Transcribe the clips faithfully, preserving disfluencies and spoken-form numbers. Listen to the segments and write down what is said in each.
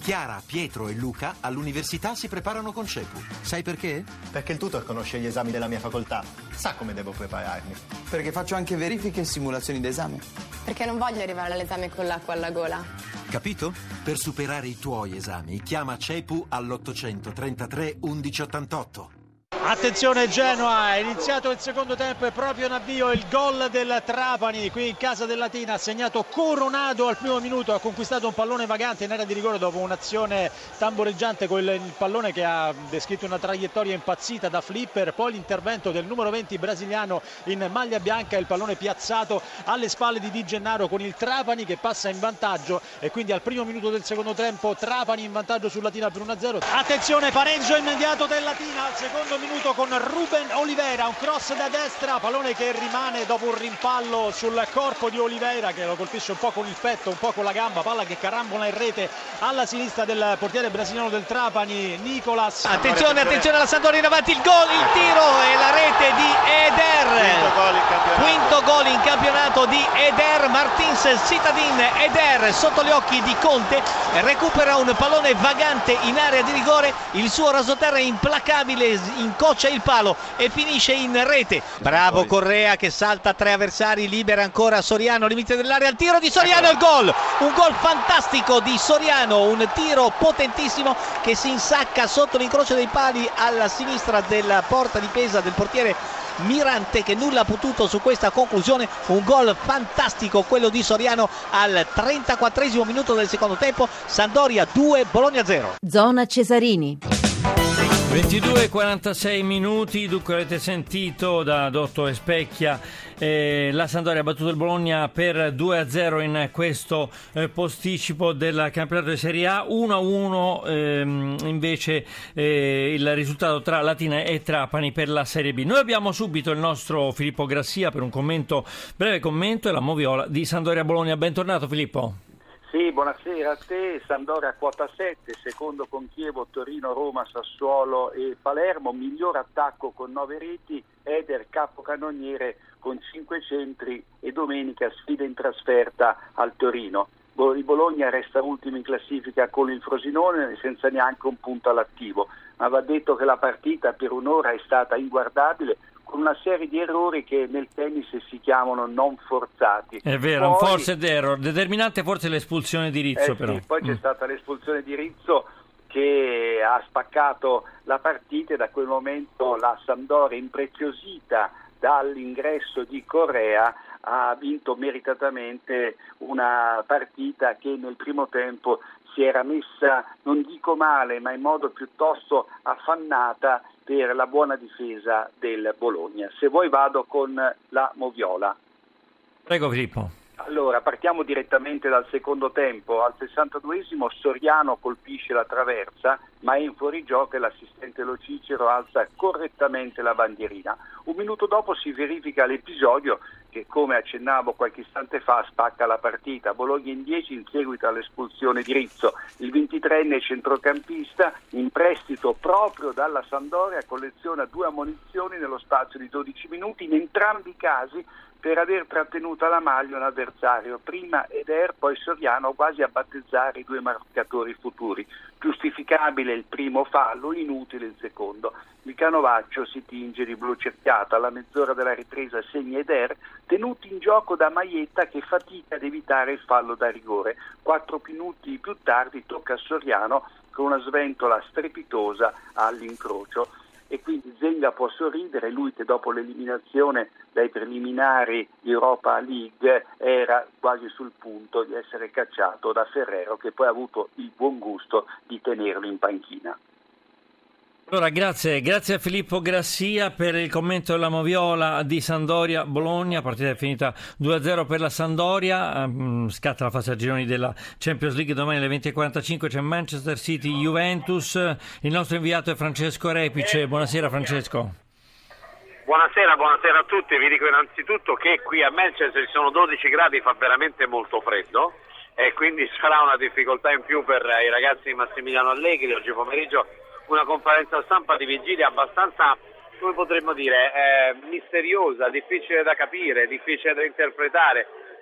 Chiara, Pietro e Luca all'università si preparano con CEPU. Sai perché? Perché il tutor conosce gli esami della mia facoltà. Sa come devo prepararmi. Perché faccio anche verifiche e simulazioni d'esame. Perché non voglio arrivare all'esame con l'acqua alla gola. Capito? Per superare i tuoi esami, chiama CEPU all'ottocentotrentatré undici ottantotto. Attenzione Genoa, è iniziato il secondo tempo e proprio in avvio il gol del Trapani qui in casa del Latina. Ha segnato Coronado al primo minuto, ha conquistato un pallone vagante in area di rigore dopo un'azione tamboreggiante con il, il pallone che ha descritto una traiettoria impazzita da flipper, poi l'intervento del numero venti brasiliano in maglia bianca, il pallone piazzato alle spalle di Di Gennaro con il Trapani che passa in vantaggio e quindi al primo minuto del secondo tempo Trapani in vantaggio sul Latina per uno a zero. Attenzione, pareggio immediato del Latina al secondo minuto con Ruben Oliveira, un cross da destra, pallone che rimane dopo un rimpallo sul corpo di Oliveira che lo colpisce un po' con il petto, un po' con la gamba, palla che carambola in rete alla sinistra del portiere brasiliano del Trapani, Nicolas. Attenzione, attenzione alla Sampdoria in avanti, il gol, il tiro e la rete di Eder. Quinto gol in campionato di Eder Martins Citadin. Eder sotto gli occhi di Conte recupera un pallone vagante in area di rigore, il suo rasoterra è implacabile, incoccia il palo e finisce in rete. Bravo Correa che salta tre avversari, libera ancora Soriano, limite dell'area, il tiro di Soriano e il gol, un gol fantastico di Soriano, un tiro potentissimo che si insacca sotto l'incrocio dei pali alla sinistra della porta difesa del portiere Mirante che nulla ha potuto su questa conclusione. Un gol fantastico quello di Soriano al trentaquattresimo minuto del secondo tempo. Sampdoria due, Bologna zero. Zona Cesarini. ventidue e quarantasei minuti, dunque avete sentito da Dotto e Specchia, eh, la Sampdoria ha battuto il Bologna per due a zero in questo eh, posticipo del campionato di Serie A. uno a uno ehm, invece eh, il risultato tra Latina e Trapani per la Serie B. Noi abbiamo subito il nostro Filippo Grassia per un commento, breve commento, e la moviola di Sampdoria Bologna. Bentornato Filippo. Sì, buonasera a te. Sampdoria quota sette, secondo con Chievo, Torino, Roma, Sassuolo e Palermo, miglior attacco con nove reti, Eder capocannoniere con cinque centri e domenica sfida in trasferta al Torino. Il Bologna resta ultimo in classifica con il Frosinone senza neanche un punto all'attivo, ma va detto che la partita per un'ora è stata inguardabile, con una serie di errori che nel tennis si chiamano non forzati. È vero, poi, forse error, determinante forse l'espulsione di Rizzo. Eh però. Sì, poi c'è mm. stata l'espulsione di Rizzo che ha spaccato la partita e da quel momento la Sampdoria, impreziosita dall'ingresso di Correa, ha vinto meritatamente una partita che nel primo tempo si era messa, non dico male, ma in modo piuttosto affannata per la buona difesa del Bologna. Se vuoi vado con la moviola. Prego Filippo. Allora, partiamo direttamente dal secondo tempo. Al sessantaduesimo Soriano colpisce la traversa, ma è in fuorigioco e l'assistente Lo Cicero alza correttamente la bandierina. Un minuto dopo si verifica l'episodio che, come accennavo qualche istante fa, spacca la partita. Bologna in dieci in seguito all'espulsione di Rizzo. Il ventitreenne centrocampista, in prestito proprio dalla Sampdoria, colleziona due ammonizioni nello spazio di dodici minuti, in entrambi i casi per aver trattenuto la maglia un avversario, prima Eder, poi Soriano, quasi a battezzare i due marcatori futuri. Giustificabile il primo fallo, inutile il secondo. Il canovaccio si tinge di blu cerchiato, alla mezz'ora della ripresa segna Eder, tenuto in gioco da Maietta che fatica ad evitare il fallo da rigore. Quattro minuti più tardi tocca a Soriano con una sventola strepitosa all'incrocio. E quindi Zenga può sorridere, lui che dopo l'eliminazione dai preliminari di Europa League era quasi sul punto di essere cacciato da Ferrero, che poi ha avuto il buon gusto di tenerlo in panchina. Allora, grazie, grazie a Filippo Grassia per il commento della moviola di Sampdoria Bologna. Partita è finita due a zero per la Sampdoria. Um, scatta la fase a gironi della Champions League domani alle venti e quarantacinque. C'è Manchester City Juventus. Il nostro inviato è Francesco Repice. Buonasera Francesco. Buonasera, buonasera a tutti. Vi dico innanzitutto che qui a Manchester ci sono dodici gradi, fa veramente molto freddo e quindi sarà una difficoltà in più per i ragazzi di Massimiliano Allegri oggi pomeriggio. Una conferenza stampa di vigilia abbastanza, come potremmo dire, eh, misteriosa, difficile da capire, difficile da interpretare,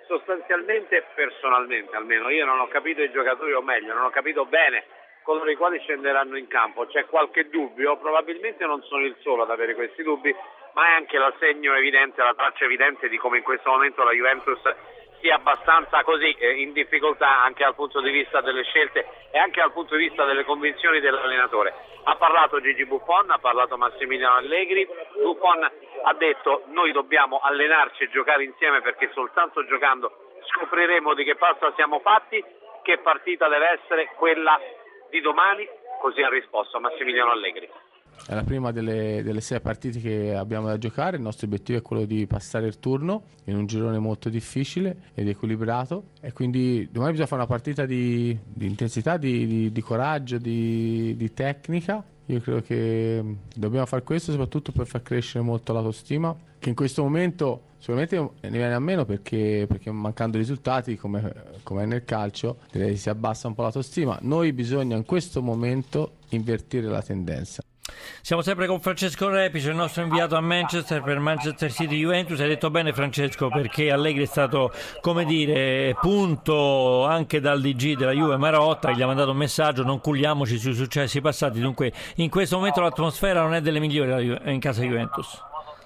sostanzialmente, personalmente almeno, io non ho capito i giocatori, o meglio, non ho capito bene coloro i quali scenderanno in campo. C'è qualche dubbio, probabilmente non sono il solo ad avere questi dubbi, ma è anche la segno evidente, la traccia evidente di come in questo momento la Juventus sia abbastanza così eh, in difficoltà anche dal punto di vista delle scelte e anche dal punto di vista delle convinzioni dell'allenatore. Ha parlato Gigi Buffon, ha parlato Massimiliano Allegri. Buffon ha detto: noi dobbiamo allenarci e giocare insieme, perché soltanto giocando scopriremo di che pasta siamo fatti, che partita deve essere quella di domani. Così ha risposto Massimiliano Allegri. È la prima delle, delle sei partite che abbiamo da giocare. Il nostro obiettivo è quello di passare il turno in un girone molto difficile ed equilibrato, e quindi domani bisogna fare una partita di, di intensità, di, di, di coraggio, di, di tecnica. Io credo che dobbiamo fare questo soprattutto per far crescere molto l'autostima, che in questo momento sicuramente ne viene a meno perché, perché mancando risultati, come, come è nel calcio, si abbassa un po' l'autostima. Noi bisogna in questo momento invertire la tendenza. Siamo sempre con Francesco Repice, il nostro inviato a Manchester per Manchester City Juventus. Hai detto bene, Francesco, perché Allegri è stato, come dire, punto anche dal D G della Juve Marotta, che gli ha mandato un messaggio: non culliamoci sui successi passati. Dunque in questo momento l'atmosfera non è delle migliori in casa Juventus.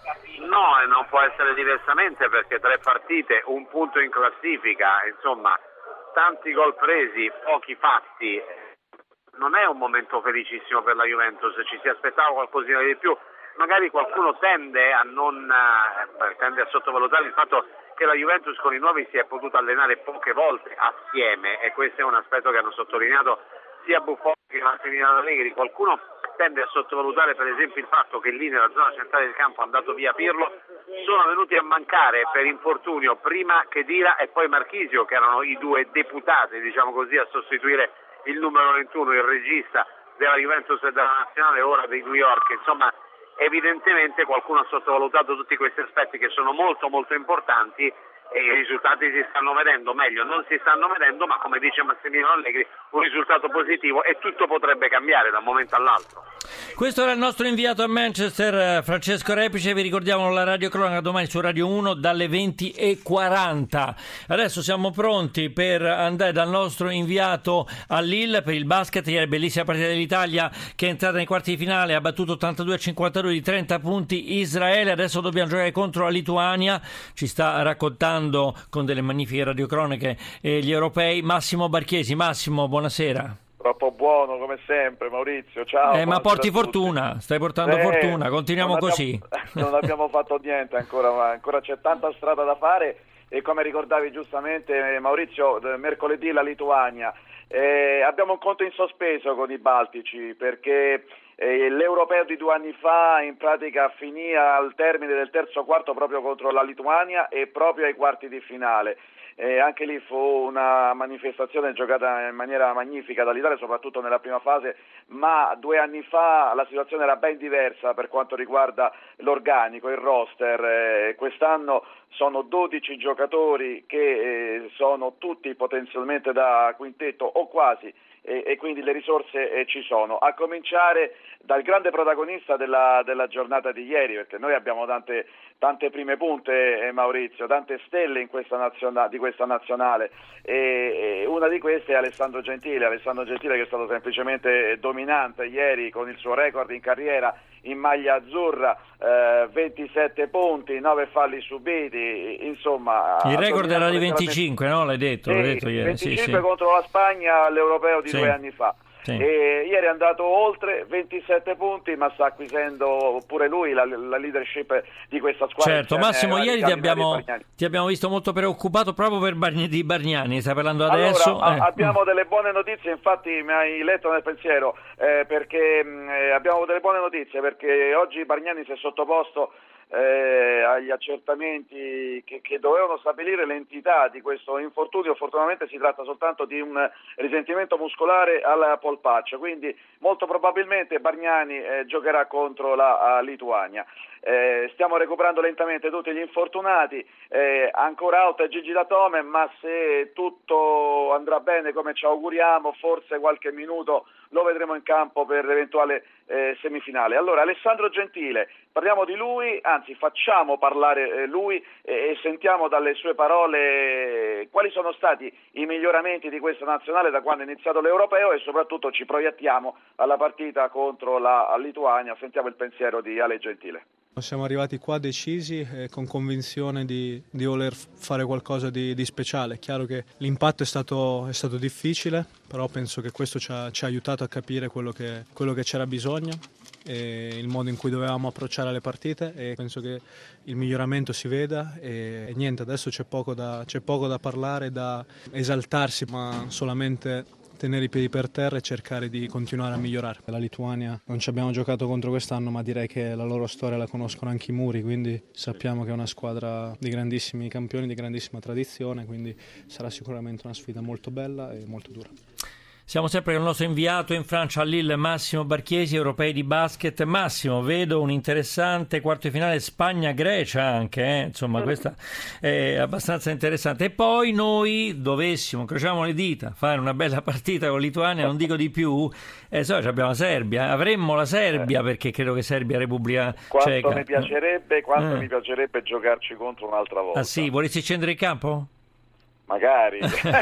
No, e non può essere diversamente, perché tre partite, un punto in classifica, insomma tanti gol presi, pochi fatti. Non è un momento felicissimo per la Juventus, ci si aspettava qualcosina di più. Magari qualcuno tende a non eh, tende a sottovalutare il fatto che la Juventus con i nuovi si è potuta allenare poche volte assieme, e questo è un aspetto che hanno sottolineato sia Buffon che Massimiliano Allegri. Qualcuno tende a sottovalutare per esempio il fatto che lì nella zona centrale del campo, andato via Pirlo, sono venuti a mancare per infortunio prima Khedira e poi Marchisio, che erano i due deputati, diciamo così, a sostituire il numero ventuno, il regista della Juventus e della Nazionale, ora dei New York. Insomma, evidentemente qualcuno ha sottovalutato tutti questi aspetti che sono molto molto importanti, e i risultati si stanno vedendo, meglio non si stanno vedendo, ma come dice Massimiliano Allegri, un risultato positivo, e tutto potrebbe cambiare da un momento all'altro. Questo era il nostro inviato a Manchester, Francesco Repice. Vi ricordiamo la radiocronaca domani su Radio uno dalle venti e quaranta. Adesso siamo pronti per andare dal nostro inviato a Lille per il basket. Ieri bellissima partita dell'Italia, che è entrata nei quarti di finale, ha battuto ottantadue a cinquantadue di trenta punti Israele. Adesso dobbiamo giocare contro la Lituania. Ci sta raccontando con delle magnifiche radiocronache eh, gli europei Massimo Barchiesi. Massimo, buonasera. Troppo buono come sempre, Maurizio, ciao. Eh, ma porti fortuna, stai portando eh, fortuna, continuiamo non così. Abbiamo, non abbiamo fatto niente ancora, ma ancora c'è tanta strada da fare, e come ricordavi giustamente Maurizio, mercoledì la Lituania. Eh, abbiamo un conto in sospeso con i Baltici, perché eh, l'Europeo di due anni fa in pratica finì al termine del terzo quarto proprio contro la Lituania e proprio ai quarti di finale. Eh, anche lì fu una manifestazione giocata in maniera magnifica dall'Italia, soprattutto nella prima fase, ma due anni fa la situazione era ben diversa per quanto riguarda l'organico, il roster. Eh, quest'anno sono dodici giocatori che eh, sono tutti potenzialmente da quintetto o quasi, e, e quindi le risorse eh, ci sono, a cominciare dal grande protagonista della, della giornata di ieri, perché noi abbiamo tante, tante prime punte, eh, Maurizio, tante stelle in questa naziona, di questa nazionale, e, e una di queste è Alessandro Gentile, Alessandro Gentile che è stato semplicemente dominante ieri con il suo record in carriera in maglia azzurra, eh, ventisette punti, nove falli subiti, insomma... Il record era di venticinque, no? L'hai detto, sì, l'hai detto ieri. venticinque sì, sì. contro la Spagna all'Europeo di sì. due anni fa. Sì. E ieri è andato oltre ventisette punti, ma sta acquisendo pure lui la, la leadership di questa squadra. Certo, Massimo, ieri ti abbiamo, ti abbiamo visto molto preoccupato proprio per Barni, di Bargnani, stai parlando adesso? Allora, eh. a, abbiamo delle buone notizie, infatti mi hai letto nel pensiero, eh, perché mh, abbiamo delle buone notizie, perché oggi Bargnani si è sottoposto Eh, agli accertamenti che, che dovevano stabilire l'entità di questo infortunio. Fortunatamente si tratta soltanto di un risentimento muscolare al polpaccio, quindi molto probabilmente Bargnani eh, giocherà contro la Lituania. Eh, stiamo recuperando lentamente tutti gli infortunati, eh, ancora out Gigi Datome, ma se tutto andrà bene come ci auguriamo, forse qualche minuto lo vedremo in campo per l'eventuale eh, semifinale. Allora, Alessandro Gentile, parliamo di lui, anzi facciamo parlare eh, lui e, e sentiamo dalle sue parole quali sono stati i miglioramenti di questa nazionale da quando è iniziato l'Europeo e soprattutto ci proiettiamo alla partita contro la Lituania. Sentiamo il pensiero di Ale Gentile. Siamo arrivati qua decisi e con convinzione di, di voler fare qualcosa di, di speciale. È chiaro che l'impatto è stato, è stato difficile, però penso che questo ci ha, ci ha aiutato a capire quello che, quello che c'era bisogno e il modo in cui dovevamo approcciare le partite, e penso che il miglioramento si veda e, e niente, adesso c'è poco da, c'è poco da parlare, da esaltarsi, ma solamente tenere i piedi per terra e cercare di continuare a migliorare. La Lituania non ci abbiamo giocato contro quest'anno, ma direi che la loro storia la conoscono anche i muri, quindi sappiamo che è una squadra di grandissimi campioni, di grandissima tradizione, quindi sarà sicuramente una sfida molto bella e molto dura. Siamo sempre con il nostro inviato in Francia a Lille, Massimo Barchesi, europei di basket. Massimo, vedo un interessante quarto di finale Spagna-Grecia anche, eh? Insomma questa è abbastanza interessante. E poi noi dovessimo, incrociamo le dita, fare una bella partita con Lituania, non dico di più, eh, so, abbiamo la Serbia, avremmo la Serbia perché credo che Serbia Repubblica quanto Ceca. Mi piacerebbe, quanto eh. mi piacerebbe giocarci contro un'altra volta. Ah sì, vorresti scendere in campo? Magari,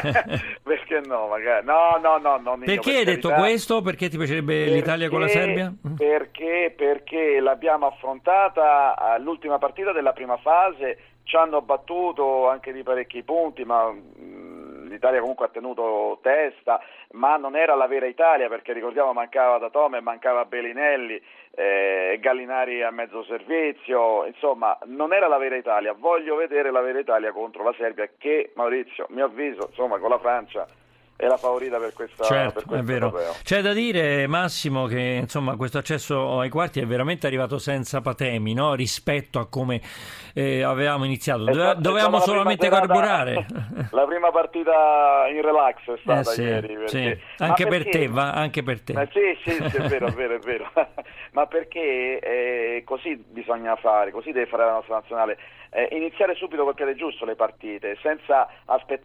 perché no, magari. No, no, no, no Nino, perché per hai detto carità. Questo? Perché ti piacerebbe Perché, l'Italia con la Serbia? Perché, perché l'abbiamo affrontata all'ultima partita della prima fase, ci hanno battuto anche di parecchi punti, ma mh, l'Italia comunque ha tenuto testa, ma non era la vera Italia, perché ricordiamo mancava Datome, mancava Bellinelli, eh, Gallinari a mezzo servizio, insomma non era la vera Italia. Voglio vedere la vera Italia contro la Serbia, che Maurizio, mio avviso, insomma con la Francia è la favorita per questa certo, per questo è vero. europeo. C'è da dire, Massimo, che insomma questo accesso ai quarti è veramente arrivato senza patemi, no? Rispetto a come eh, avevamo iniziato. Dove, dovevamo solamente carburare. La prima partita in relax è stata eh sì, ieri. Perché... Sì. Anche per te, va, anche per te. Ma sì, sì, sì, è vero, è vero, è vero. Ma perché eh, così bisogna fare, così deve fare la nostra nazionale. Eh, iniziare subito col piede giusto le partite, senza aspettare.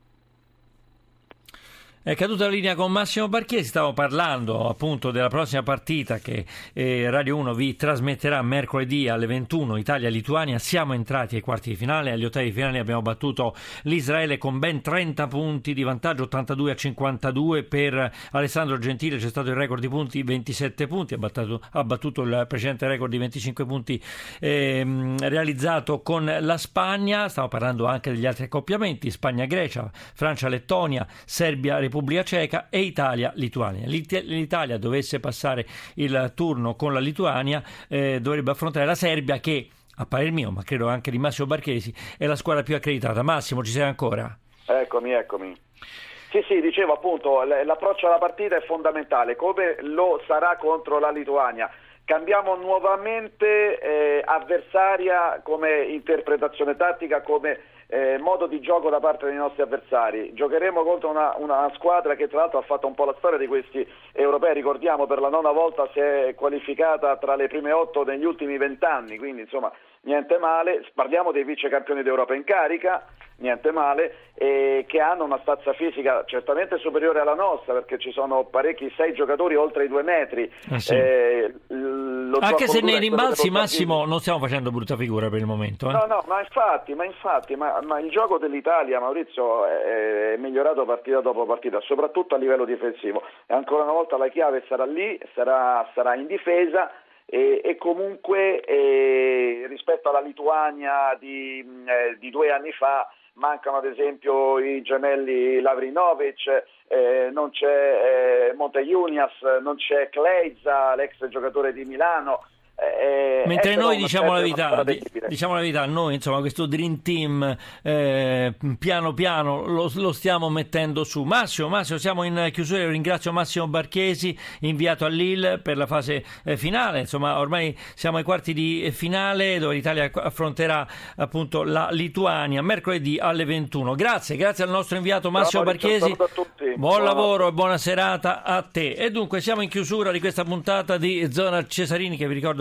È caduta la linea con Massimo Barchesi, stavo parlando appunto della prossima partita che eh, Radio uno vi trasmetterà mercoledì alle ventuno, Italia-Lituania. Siamo entrati ai quarti di finale, agli ottavi di finale abbiamo battuto l'Israele con ben trenta punti di vantaggio, ottantadue a cinquantadue per Alessandro Gentile, c'è stato il record di punti, ventisette punti, ha battuto, ha battuto il precedente record di venticinque punti eh, realizzato con la Spagna. Stavo parlando anche degli altri accoppiamenti, Spagna-Grecia, Francia-Lettonia, Serbia-Repubblica Ceca e Italia-Lituania. L'Italia dovesse passare il turno con la Lituania, eh, dovrebbe affrontare la Serbia, che a parer mio, ma credo anche di Massimo Barchesi, è la squadra più accreditata. Massimo, ci sei ancora? Eccomi, eccomi. Sì, sì, dicevo appunto, l'approccio alla partita è fondamentale, come lo sarà contro la Lituania. Cambiamo nuovamente eh, avversaria come interpretazione tattica, come eh, modo di gioco da parte dei nostri avversari. Giocheremo contro una, una squadra che tra l'altro ha fatto un po' la storia di questi europei, ricordiamo per la nona volta si è qualificata tra le prime otto negli ultimi vent'anni, quindi insomma niente male. Parliamo dei vice campioni d'Europa in carica, niente male, e che hanno una stazza fisica certamente superiore alla nostra, perché ci sono parecchi, sei giocatori oltre i due metri. Ah, sì. eh, lo Anche se nei rimbalzi, Massimo, non stiamo facendo brutta figura per il momento. Eh? No, no, ma infatti, ma, infatti ma, ma il gioco dell'Italia, Maurizio, è, è migliorato partita dopo partita, soprattutto a livello difensivo. E ancora una volta la chiave sarà lì, sarà, sarà in difesa. E, e comunque eh, rispetto alla Lituania di, eh, di due anni fa mancano ad esempio i gemelli Lavrinovic, eh, non c'è eh, Montejunias, non c'è Kleiza, l'ex giocatore di Milano. Eh, Mentre noi diciamo la verità, diciamo la verità, noi insomma questo Dream Team eh, piano piano lo, lo stiamo mettendo su. Massimo, Massimo, siamo in chiusura. Io ringrazio Massimo Barchesi, inviato a Lille per la fase eh, finale. Insomma, ormai siamo ai quarti di finale dove l'Italia affronterà appunto la Lituania mercoledì alle ventuno. Grazie, grazie al nostro inviato Massimo Ciao, Barchesi. a tutti. Buon lavoro e buona serata a te. E dunque siamo in chiusura di questa puntata di Zona Cesarini, che vi ricordo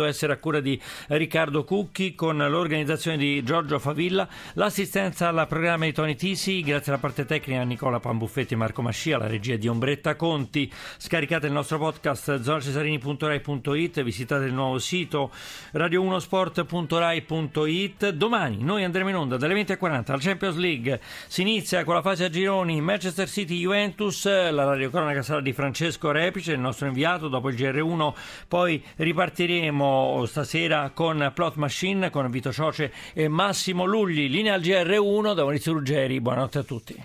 potuto essere a cura di Riccardo Cucchi, con l'organizzazione di Giorgio Favilla, l'assistenza al programma di Tony Tisi, grazie alla parte tecnica a Nicola Pambuffetti e Marco Mascia, la regia di Ombretta Conti. Scaricate il nostro podcast zona cesarini punto rai punto it, visitate il nuovo sito radio uno sport punto rai punto it. Domani noi andremo in onda dalle venti e quaranta alla Champions League. Si inizia con la fase a gironi Manchester City Juventus, la radiocronaca sarà di Francesco Repice, il nostro inviato, dopo il G R uno poi ripartiremo stasera con Plot Machine con Vito Cioce e Massimo Lugli. Linea al G R uno da Maurizio Ruggeri, buonanotte a tutti.